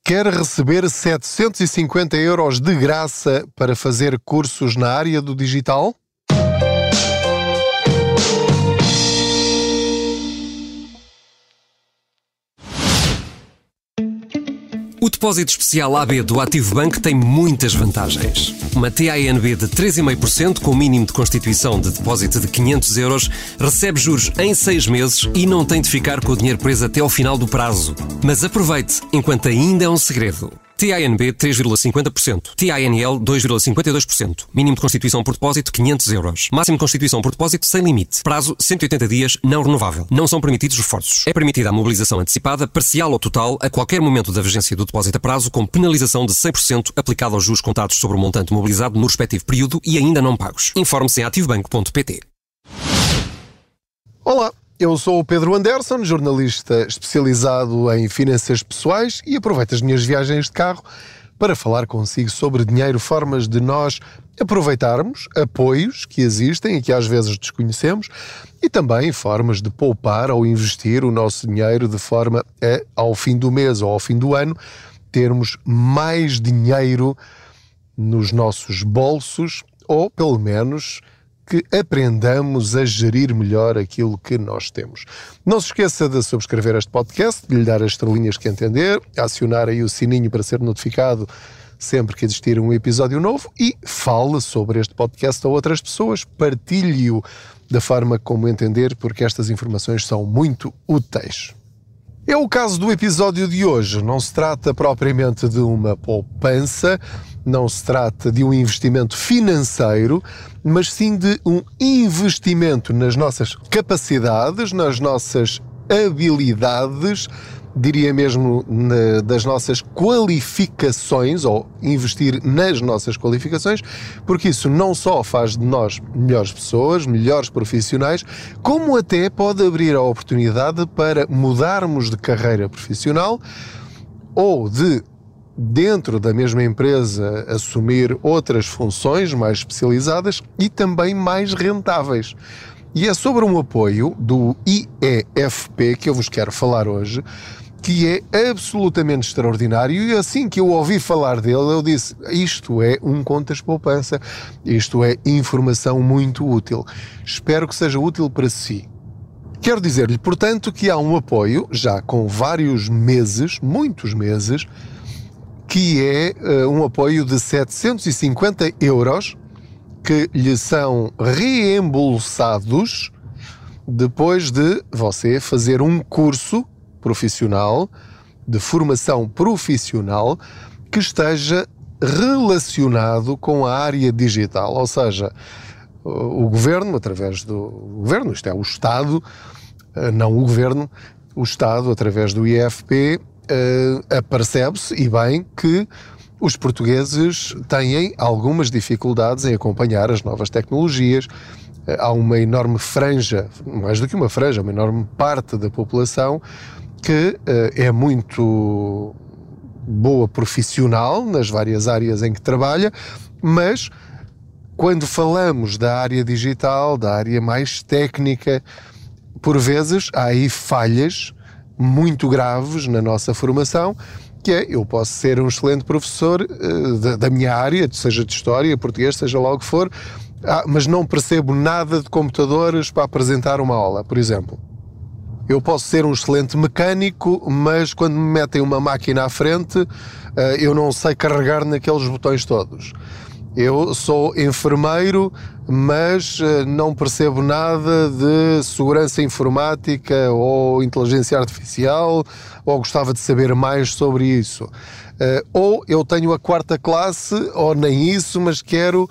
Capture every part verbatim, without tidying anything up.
Quer receber setecentos e cinquenta euros de graça para fazer cursos na área do digital? O depósito especial A B do Ativo Bank tem muitas vantagens. Uma T A N B de três vírgula cinco por cento com mínimo de constituição de depósito de quinhentos euros, recebe juros em seis meses e não tem de ficar com o dinheiro preso até ao final do prazo. Mas aproveite, enquanto ainda é um segredo. T A N B três vírgula cinquenta por cento, T A N L dois vírgula cinquenta e dois por cento, mínimo de constituição por depósito quinhentos euros, máximo de constituição por depósito sem limite, prazo cento e oitenta dias, não renovável. Não são permitidos reforços. É permitida a mobilização antecipada, parcial ou total, a qualquer momento da vigência do depósito a prazo, com penalização de cem por cento aplicada aos juros contados sobre o montante mobilizado no respectivo período e ainda não pagos. Informe-se em ativo banco ponto pt. Olá, eu sou o Pedro Anderson, jornalista especializado em finanças pessoais e aproveito as minhas viagens de carro para falar consigo sobre dinheiro, formas de nós aproveitarmos apoios que existem e que às vezes desconhecemos e também formas de poupar ou investir o nosso dinheiro de forma a, ao fim do mês ou ao fim do ano, termos mais dinheiro nos nossos bolsos ou, pelo menos, que aprendamos a gerir melhor aquilo que nós temos. Não se esqueça de subscrever este podcast, de lhe dar as estrelinhas que entender, acionar aí o sininho para ser notificado sempre que existir um episódio novo e fale sobre este podcast a outras pessoas, partilhe-o da forma como entender, porque estas informações são muito úteis. É o caso do episódio de hoje. Não se trata propriamente de uma poupança, não se trata de um investimento financeiro, mas sim de um investimento nas nossas capacidades, nas nossas habilidades, diria mesmo na, das nossas qualificações, ou investir nas nossas qualificações, porque isso não só faz de nós melhores pessoas, melhores profissionais, como até pode abrir a oportunidade para mudarmos de carreira profissional ou de, dentro da mesma empresa, assumir outras funções mais especializadas e também mais rentáveis. E é sobre um apoio do I E F P que eu vos quero falar hoje, que é absolutamente extraordinário, e assim que eu ouvi falar dele, eu disse, isto é um contas poupança, isto é informação muito útil. Espero que seja útil para si. Quero dizer-lhe, portanto, que há um apoio, já com vários meses, muitos meses, que é uh, um apoio de setecentos e cinquenta euros, que lhe são reembolsados depois de você fazer um curso profissional, de formação profissional, que esteja relacionado com a área digital. Ou seja, o governo, através do governo, isto é, o Estado, não o governo, o Estado, através do I E F P, apercebe-se, e bem, que os portugueses têm algumas dificuldades em acompanhar as novas tecnologias. Há uma enorme franja, mais do que uma franja, uma enorme parte da população que uh, é muito boa profissional nas várias áreas em que trabalha, mas quando falamos da área digital, da área mais técnica, por vezes há aí falhas muito graves na nossa formação, que é, eu posso ser um excelente professor uh, da, da minha área, seja de história, português, seja lá o que for, ah, mas não percebo nada de computadores para apresentar uma aula, por exemplo. Eu posso ser um excelente mecânico, mas quando me metem uma máquina à frente, eu não sei carregar naqueles botões todos. Eu sou enfermeiro, mas não percebo nada de segurança informática ou inteligência artificial, ou gostava de saber mais sobre isso. Ou eu tenho a quarta classe, ou nem isso, mas quero,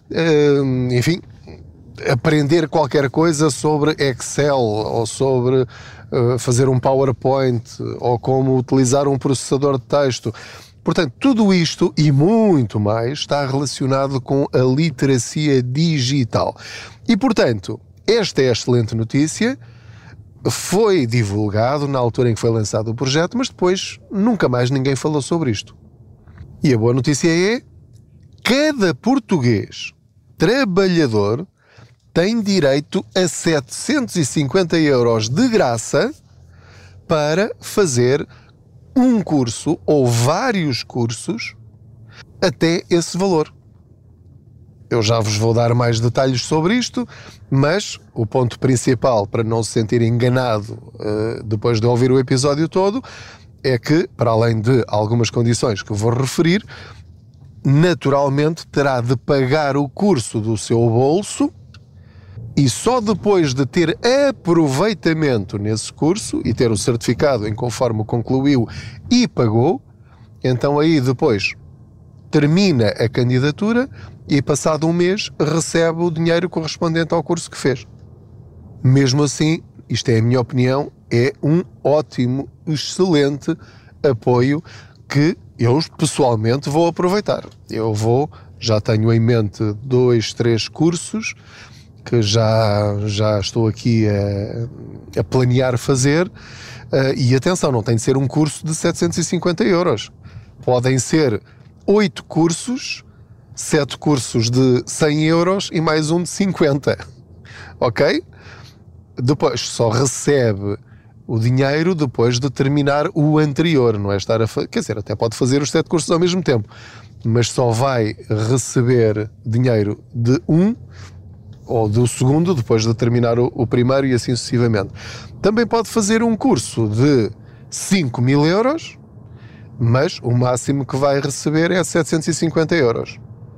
enfim, aprender qualquer coisa sobre Excel ou sobre uh, fazer um PowerPoint ou como utilizar um processador de texto. Portanto, tudo isto e muito mais está relacionado com a literacia digital. E, portanto, esta é a excelente notícia. Foi divulgado na altura em que foi lançado o projeto, mas depois nunca mais ninguém falou sobre isto. E a boa notícia é: cada português trabalhador tem direito a setecentos e cinquenta euros de graça para fazer um curso ou vários cursos até esse valor. Eu já vos vou dar mais detalhes sobre isto, mas o ponto principal, para não se sentir enganado uh, depois de ouvir o episódio todo, é que, para além de algumas condições que eu vou referir, naturalmente terá de pagar o curso do seu bolso e só depois de ter aproveitamento nesse curso e ter o certificado em conforme concluiu e pagou, então aí depois termina a candidatura e passado um mês recebe o dinheiro correspondente ao curso que fez. Mesmo assim, isto é a minha opinião, é um ótimo, excelente apoio que eu pessoalmente vou aproveitar. Eu vou, já tenho em mente dois, três cursos que já, já estou aqui a, a planear fazer uh, e atenção, não tem de ser um curso de setecentos e cinquenta euros. Podem ser oito cursos, sete cursos de cem euros e mais um de cinquenta. Ok? Depois só recebe o dinheiro depois de terminar o anterior, não é estar a fazer, quer dizer, até pode fazer os sete cursos ao mesmo tempo, mas só vai receber dinheiro de um ou do segundo depois de terminar o, o primeiro e assim sucessivamente. Também pode fazer um curso de cinco mil euros, mas o máximo que vai receber é setecentos e cinquenta euros.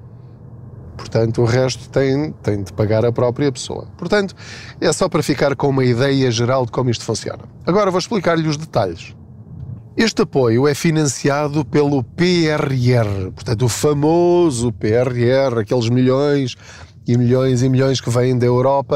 Portanto, o resto tem, tem de pagar a própria pessoa. Portanto, é só para ficar com uma ideia geral de como isto funciona. Agora vou explicar-lhe os detalhes. Este apoio é financiado pelo P R R, portanto, o famoso P R R, aqueles milhões e milhões e milhões que vêm da Europa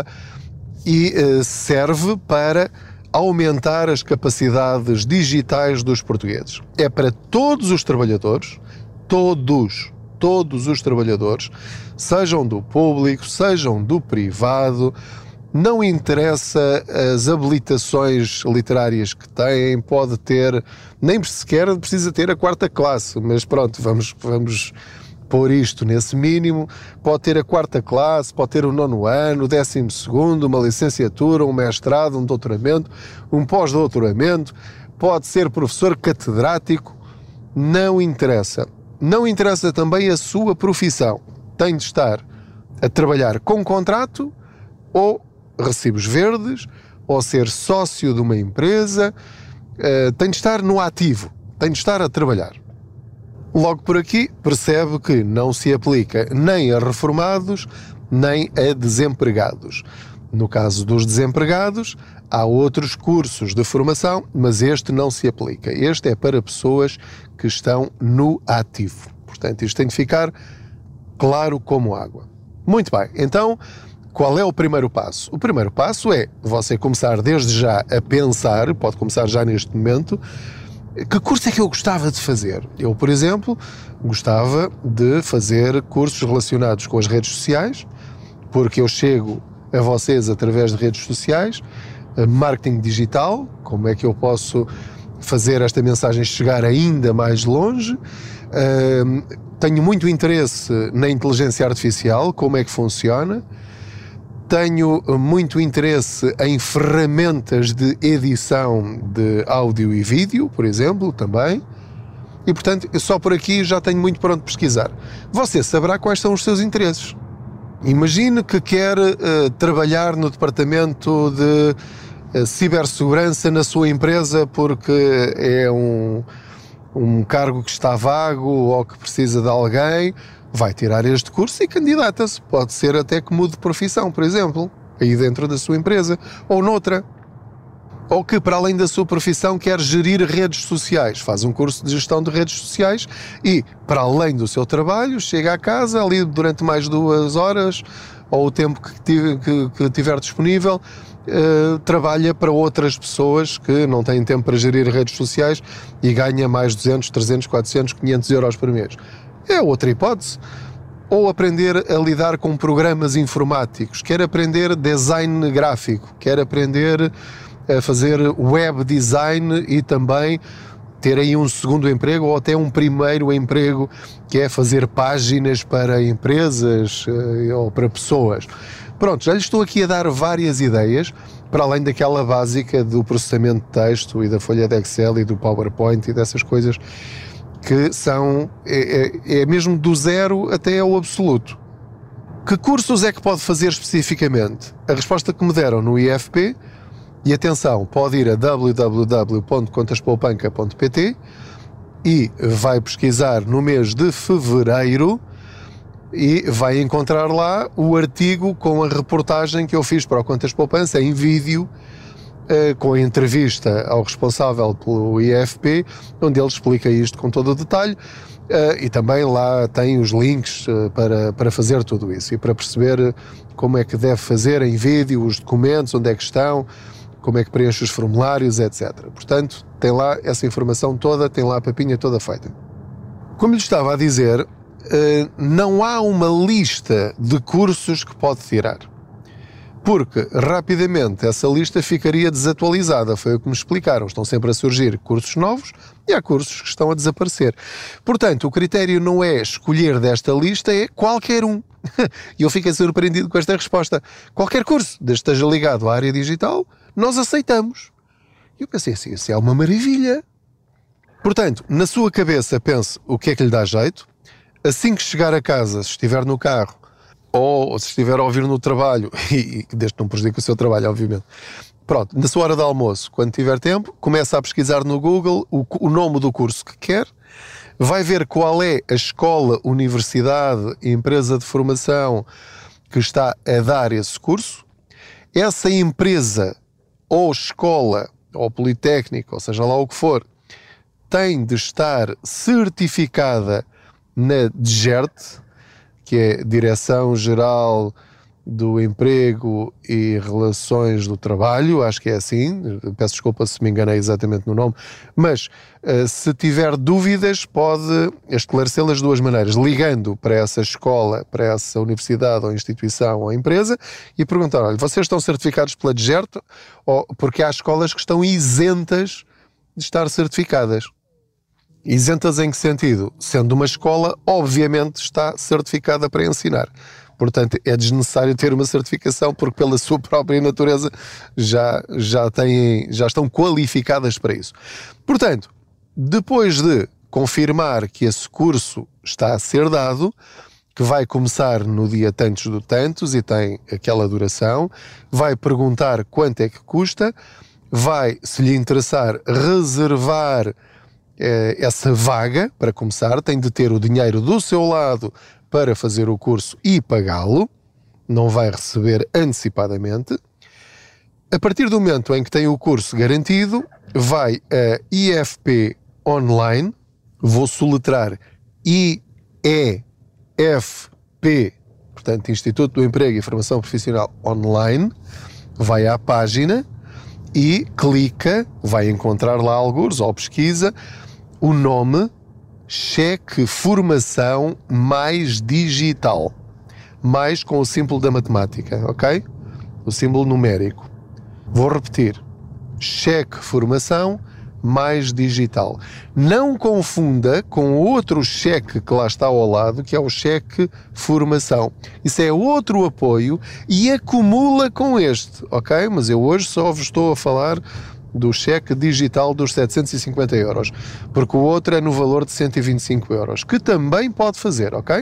e eh, serve para aumentar as capacidades digitais dos portugueses. É para todos os trabalhadores, todos, todos os trabalhadores, sejam do público, sejam do privado, não interessa as habilitações literárias que têm, pode ter, nem sequer precisa ter a quarta classe, mas pronto, vamos, vamos pôr isto nesse mínimo, pode ter a quarta classe, pode ter o nono ano, o décimo segundo, uma licenciatura, um mestrado, um doutoramento, um pós-doutoramento, pode ser professor catedrático, não interessa. Não interessa também a sua profissão. Tem de estar a trabalhar com contrato ou recibos verdes, ou ser sócio de uma empresa, uh, tem de estar no ativo, tem de estar a trabalhar. Logo por aqui percebe que não se aplica nem a reformados, nem a desempregados. No caso dos desempregados, há outros cursos de formação, mas este não se aplica. Este é para pessoas que estão no ativo. Portanto, isto tem de ficar claro como água. Muito bem, então, qual é o primeiro passo? O primeiro passo é você começar desde já a pensar, pode começar já neste momento, que curso é que eu gostava de fazer? Eu, por exemplo, gostava de fazer cursos relacionados com as redes sociais, porque eu chego a vocês através de redes sociais, marketing digital, como é que eu posso fazer esta mensagem chegar ainda mais longe. Uh, tenho muito interesse na inteligência artificial, como é que funciona. Tenho muito interesse em ferramentas de edição de áudio e vídeo, por exemplo, também. E, portanto, só por aqui já tenho muito para onde pesquisar. Você saberá quais são os seus interesses. Imagine que quer uh, trabalhar no departamento de uh, cibersegurança na sua empresa porque é um, um cargo que está vago ou que precisa de alguém. Vai tirar este curso e candidata-se. Pode ser até que mude de profissão, por exemplo, aí dentro da sua empresa, ou noutra. Ou que, para além da sua profissão, quer gerir redes sociais. Faz um curso de gestão de redes sociais e, para além do seu trabalho, chega à casa, ali durante mais duas horas, ou o tempo que tiver, que, que tiver disponível, eh, trabalha para outras pessoas que não têm tempo para gerir redes sociais e ganha mais duzentos, trezentos, quatrocentos, quinhentos euros por mês. É outra hipótese. Ou aprender a lidar com programas informáticos, quer aprender design gráfico, quer aprender a fazer web design e também ter aí um segundo emprego ou até um primeiro emprego, que é fazer páginas para empresas ou para pessoas. Pronto, já lhe estou aqui a dar várias ideias. para além daquela básica do processamento de texto e da folha de Excel e do PowerPoint e dessas coisas que são, é, é, é mesmo do zero até ao absoluto. Que cursos é que pode fazer especificamente? A resposta que me deram no I F P, e atenção, pode ir a w w w ponto contas poupanca ponto p t e vai pesquisar no mês de fevereiro e vai encontrar lá o artigo com a reportagem que eu fiz para o Contas Poupança em vídeo, com a entrevista ao responsável pelo I F P, onde ele explica isto com todo o detalhe, e também lá tem os links para, para fazer tudo isso e para perceber como é que deve fazer em vídeo, os documentos, onde é que estão, como é que preenche os formulários, etcétera. Portanto, tem lá essa informação toda, tem lá a papinha toda feita. Como lhe estava a dizer, não há uma lista de cursos que pode tirar, porque rapidamente essa lista ficaria desatualizada. Foi o que me explicaram. Estão sempre a surgir cursos novos e há cursos que estão a desaparecer. Portanto, o critério não é escolher desta lista, é qualquer um. E eu fiquei surpreendido com esta resposta. Qualquer curso, desde que esteja ligado à área digital, nós aceitamos. E eu pensei assim, isso é uma maravilha. Portanto, na sua cabeça pense o que é que lhe dá jeito. Assim que chegar a casa, se estiver no carro, ou se estiver a ouvir no trabalho, e desde que não prejudique o seu trabalho, obviamente, pronto, na sua hora de almoço, quando tiver tempo, começa a pesquisar no Google o, o nome do curso que quer, vai ver qual é a escola, universidade, empresa de formação que está a dar esse curso. Essa empresa, ou escola, ou politécnico, ou seja lá o que for, tem de estar certificada na D G E R T, que é Direção-Geral do Emprego e Relações do Trabalho, acho que é assim, peço desculpa se me enganei exatamente no nome, mas se tiver dúvidas pode esclarecê-las de duas maneiras, ligando para essa escola, para essa universidade ou instituição ou empresa e perguntar, olha, vocês estão certificados pela D G E R T? Ou, porque há escolas que estão isentas de estar certificadas. Isentas em que sentido? Sendo uma escola, obviamente está certificada para ensinar. Portanto, é desnecessário ter uma certificação porque pela sua própria natureza já, já, têm, já estão qualificadas para isso. Portanto, depois de confirmar que esse curso está a ser dado, que vai começar no dia tantos do tantos e tem aquela duração, vai perguntar quanto é que custa, vai, se lhe interessar, reservar essa vaga para começar, tem de ter o dinheiro do seu lado para fazer o curso e pagá-lo, não vai receber antecipadamente. A partir do momento em que tem o curso garantido, vai a I F P Online, vou soletrar I E F P, portanto Instituto do Emprego e Formação Profissional Online, vai à página e clica, vai encontrar lá algures, ou pesquisa, o nome Cheque Formação Mais Digital. Mais com o símbolo da matemática, ok? O símbolo numérico. Vou repetir. Cheque Formação Mais Digital. Não confunda com outro cheque que lá está ao lado, que é o Cheque Formação. Isso é outro apoio e acumula com este, ok? Mas eu hoje só vos estou a falar do cheque digital dos setecentos e cinquenta euros, porque o outro é no valor de cento e vinte e cinco euros, que também pode fazer, ok?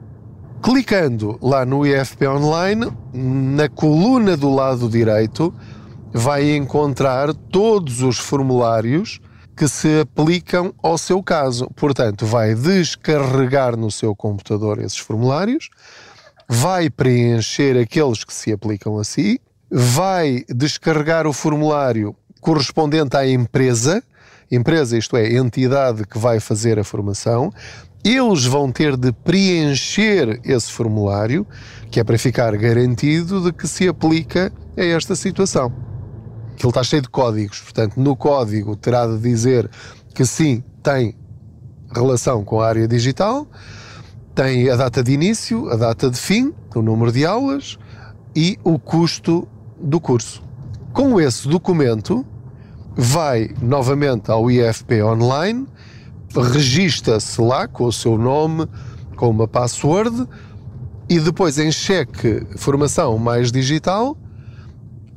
Clicando lá no I F P Online, na coluna do lado direito, vai encontrar todos os formulários que se aplicam ao seu caso. Portanto, vai descarregar no seu computador esses formulários, vai preencher aqueles que se aplicam a si, vai descarregar o formulário correspondente à empresa, empresa, isto é, entidade que vai fazer a formação, eles vão ter de preencher esse formulário, que é para ficar garantido de que se aplica a esta situação. Ele está cheio de códigos, portanto, no código terá de dizer que sim, tem relação com a área digital, tem a data de início, a data de fim, o número de aulas e o custo do curso. Com esse documento, vai novamente ao I F P Online, registra-se lá com o seu nome, com uma password, e depois em cheque formação mais digital,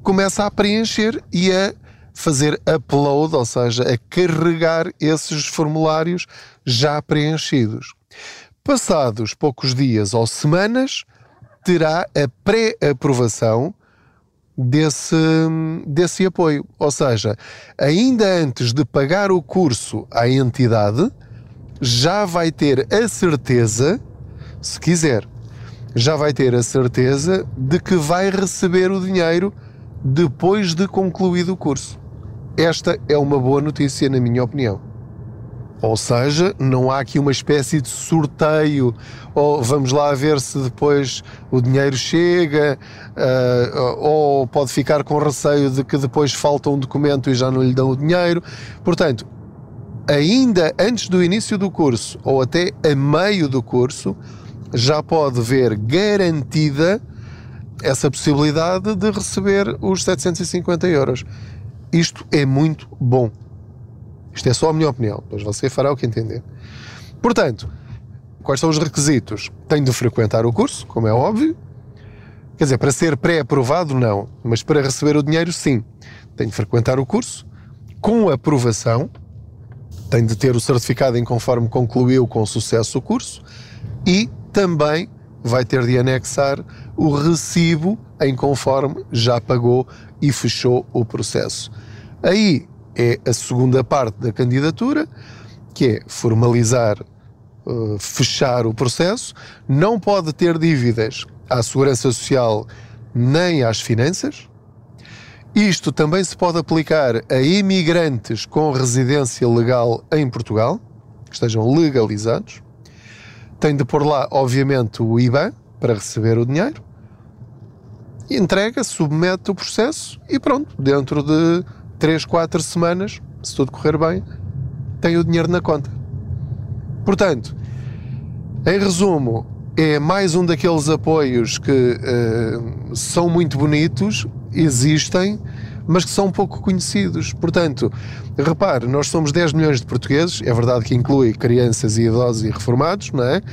começa a preencher e a fazer upload, ou seja, a carregar esses formulários já preenchidos. Passados poucos dias ou semanas, terá a pré-aprovação desse, desse apoio. Ou seja, ainda antes de pagar o curso à entidade, já vai ter a certeza, se quiser, já vai ter a certeza de que vai receber o dinheiro depois de concluído o curso. Esta é uma boa notícia, na minha opinião. Ou seja, não há aqui uma espécie de sorteio, ou vamos lá ver se depois o dinheiro chega, uh, ou pode ficar com receio de que depois falta um documento e já não lhe dão o dinheiro. Portanto, ainda antes do início do curso, ou até a meio do curso, já pode ver garantida essa possibilidade de receber os setecentos e cinquenta euros. Isto é muito bom. Isto é só a minha opinião, depois você fará o que entender. Portanto, quais são os requisitos? Tem de frequentar o curso, como é óbvio. Quer dizer, para ser pré-aprovado, não. Mas para receber o dinheiro, sim. Tem de frequentar o curso, com aprovação. Tem de ter o certificado em conforme concluiu com sucesso o curso. E também vai ter de anexar o recibo em conforme já pagou e fechou o processo. Aí é a segunda parte da candidatura, que é formalizar, uh, fechar o processo. Não pode ter dívidas à Segurança Social nem às finanças. Isto também se pode aplicar a imigrantes com residência legal em Portugal, que estejam legalizados. Tem de pôr lá, obviamente, o I B A N para receber o dinheiro. Entrega, submete o processo e pronto, dentro de três, quatro semanas, se tudo correr bem, tem o dinheiro na conta. Portanto, em resumo, é mais um daqueles apoios que uh, são muito bonitos, existem, mas que são pouco conhecidos. Portanto, repare, nós somos dez milhões de portugueses, é verdade que inclui crianças e idosos e reformados, não é?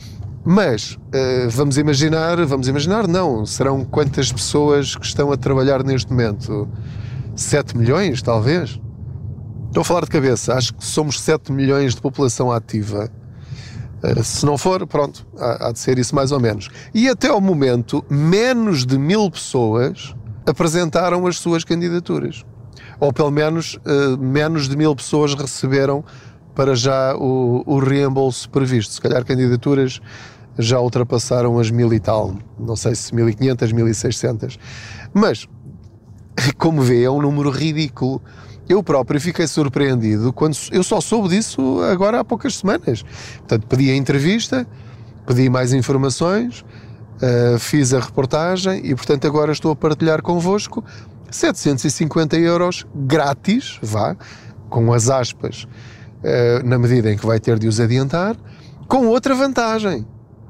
Mas uh, vamos imaginar, vamos imaginar, não, serão quantas pessoas que estão a trabalhar neste momento? sete milhões, talvez? Estou a falar de cabeça, acho que somos sete milhões de população ativa. Uh, se não for, pronto, há, há de ser isso mais ou menos. E até ao momento, menos de mil pessoas apresentaram as suas candidaturas. Ou pelo menos, uh, menos de mil pessoas receberam para já o, o reembolso previsto. Se calhar candidaturas já ultrapassaram as mil e tal. Não sei se mil e quinhentas, mil e seiscentas. Mas, como vê, é um número ridículo. Eu próprio fiquei surpreendido quando eu só soube disso agora há poucas semanas. Portanto, pedi a entrevista, pedi mais informações, uh, fiz a reportagem e, portanto, agora estou a partilhar convosco setecentos e cinquenta euros grátis, vá, com as aspas, uh, na medida em que vai ter de os adiantar, com outra vantagem.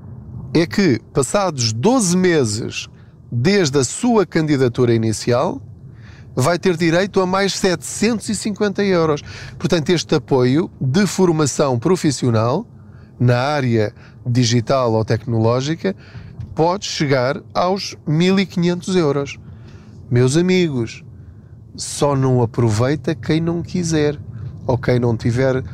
É que, passados doze meses desde a sua candidatura inicial, vai ter direito a mais setecentos e cinquenta euros. Portanto, este apoio de formação profissional na área digital ou tecnológica pode chegar aos mil e quinhentos euros. Meus amigos, só não aproveita quem não quiser ou quem não tiver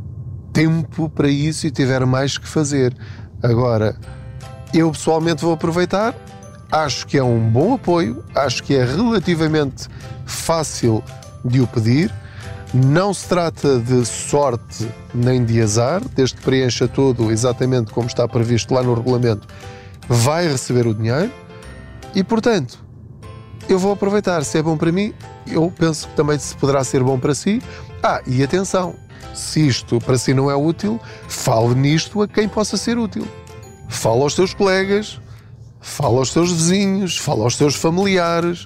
tempo para isso e tiver mais que fazer. Agora, eu pessoalmente vou aproveitar. Acho que é um bom apoio, acho que é relativamente fácil de o pedir. Não se trata de sorte nem de azar, desde que preencha tudo exatamente como está previsto lá no regulamento, vai receber o dinheiro e, portanto, eu vou aproveitar. Se é bom para mim, eu penso que também se poderá ser bom para si. Ah, e atenção, se isto para si não é útil, fale nisto a quem possa ser útil. Fale aos seus colegas, fala aos seus vizinhos, fala aos seus familiares,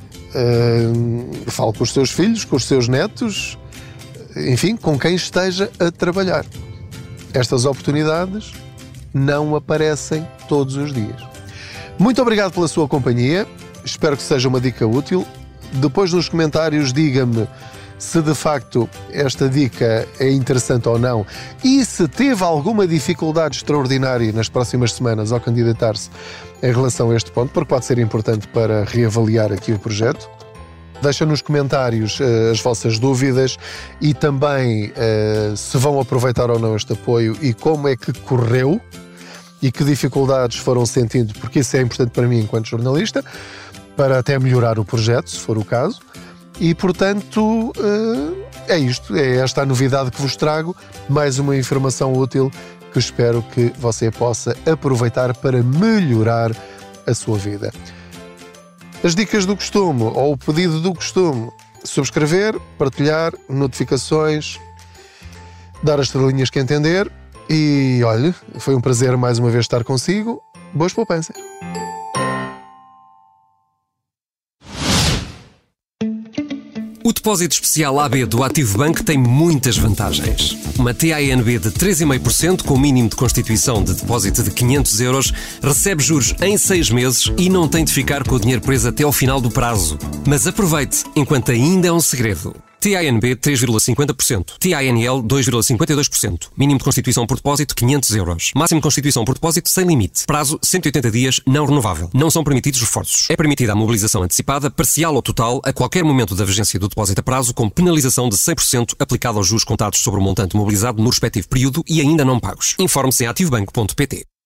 uh, fala com os seus filhos, com os seus netos, enfim, com quem esteja a trabalhar. Estas oportunidades não aparecem todos os dias. Muito obrigado pela sua companhia, espero que seja uma dica útil. Depois nos comentários diga-me se de facto esta dica é interessante ou não e se teve alguma dificuldade extraordinária nas próximas semanas ao candidatar-se em relação a este ponto, porque pode ser importante para reavaliar aqui o projeto. Deixa nos comentários uh, as vossas dúvidas e também uh, se vão aproveitar ou não este apoio e como é que correu e que dificuldades foram sentindo, porque isso é importante para mim enquanto jornalista, para até melhorar o projeto, se for o caso. E, portanto, é isto. É esta a novidade que vos trago. Mais uma informação útil que espero que você possa aproveitar para melhorar a sua vida. As dicas do costume, ou o pedido do costume. Subscrever, partilhar, notificações, dar as estrelinhas que entender. E, olha, foi um prazer mais uma vez estar consigo. Boas poupanças! O depósito especial A B do Ativo Bank tem muitas vantagens. Uma T A N B de três vírgula cinco por cento com mínimo de constituição de depósito de quinhentos euros recebe juros em seis meses e não tem de ficar com o dinheiro preso até ao final do prazo. Mas aproveite, enquanto ainda é um segredo. T A N B três vírgula cinquenta por cento, T A N L dois vírgula cinquenta e dois por cento, mínimo de constituição por depósito quinhentos euros, máximo de constituição por depósito sem limite, prazo cento e oitenta dias não renovável. Não são permitidos reforços. É permitida a mobilização antecipada, parcial ou total, a qualquer momento da vigência do depósito a prazo, com penalização de cem por cento aplicada aos juros contados sobre o montante mobilizado no respectivo período e ainda não pagos. Informe-se em ativo banco ponto pt.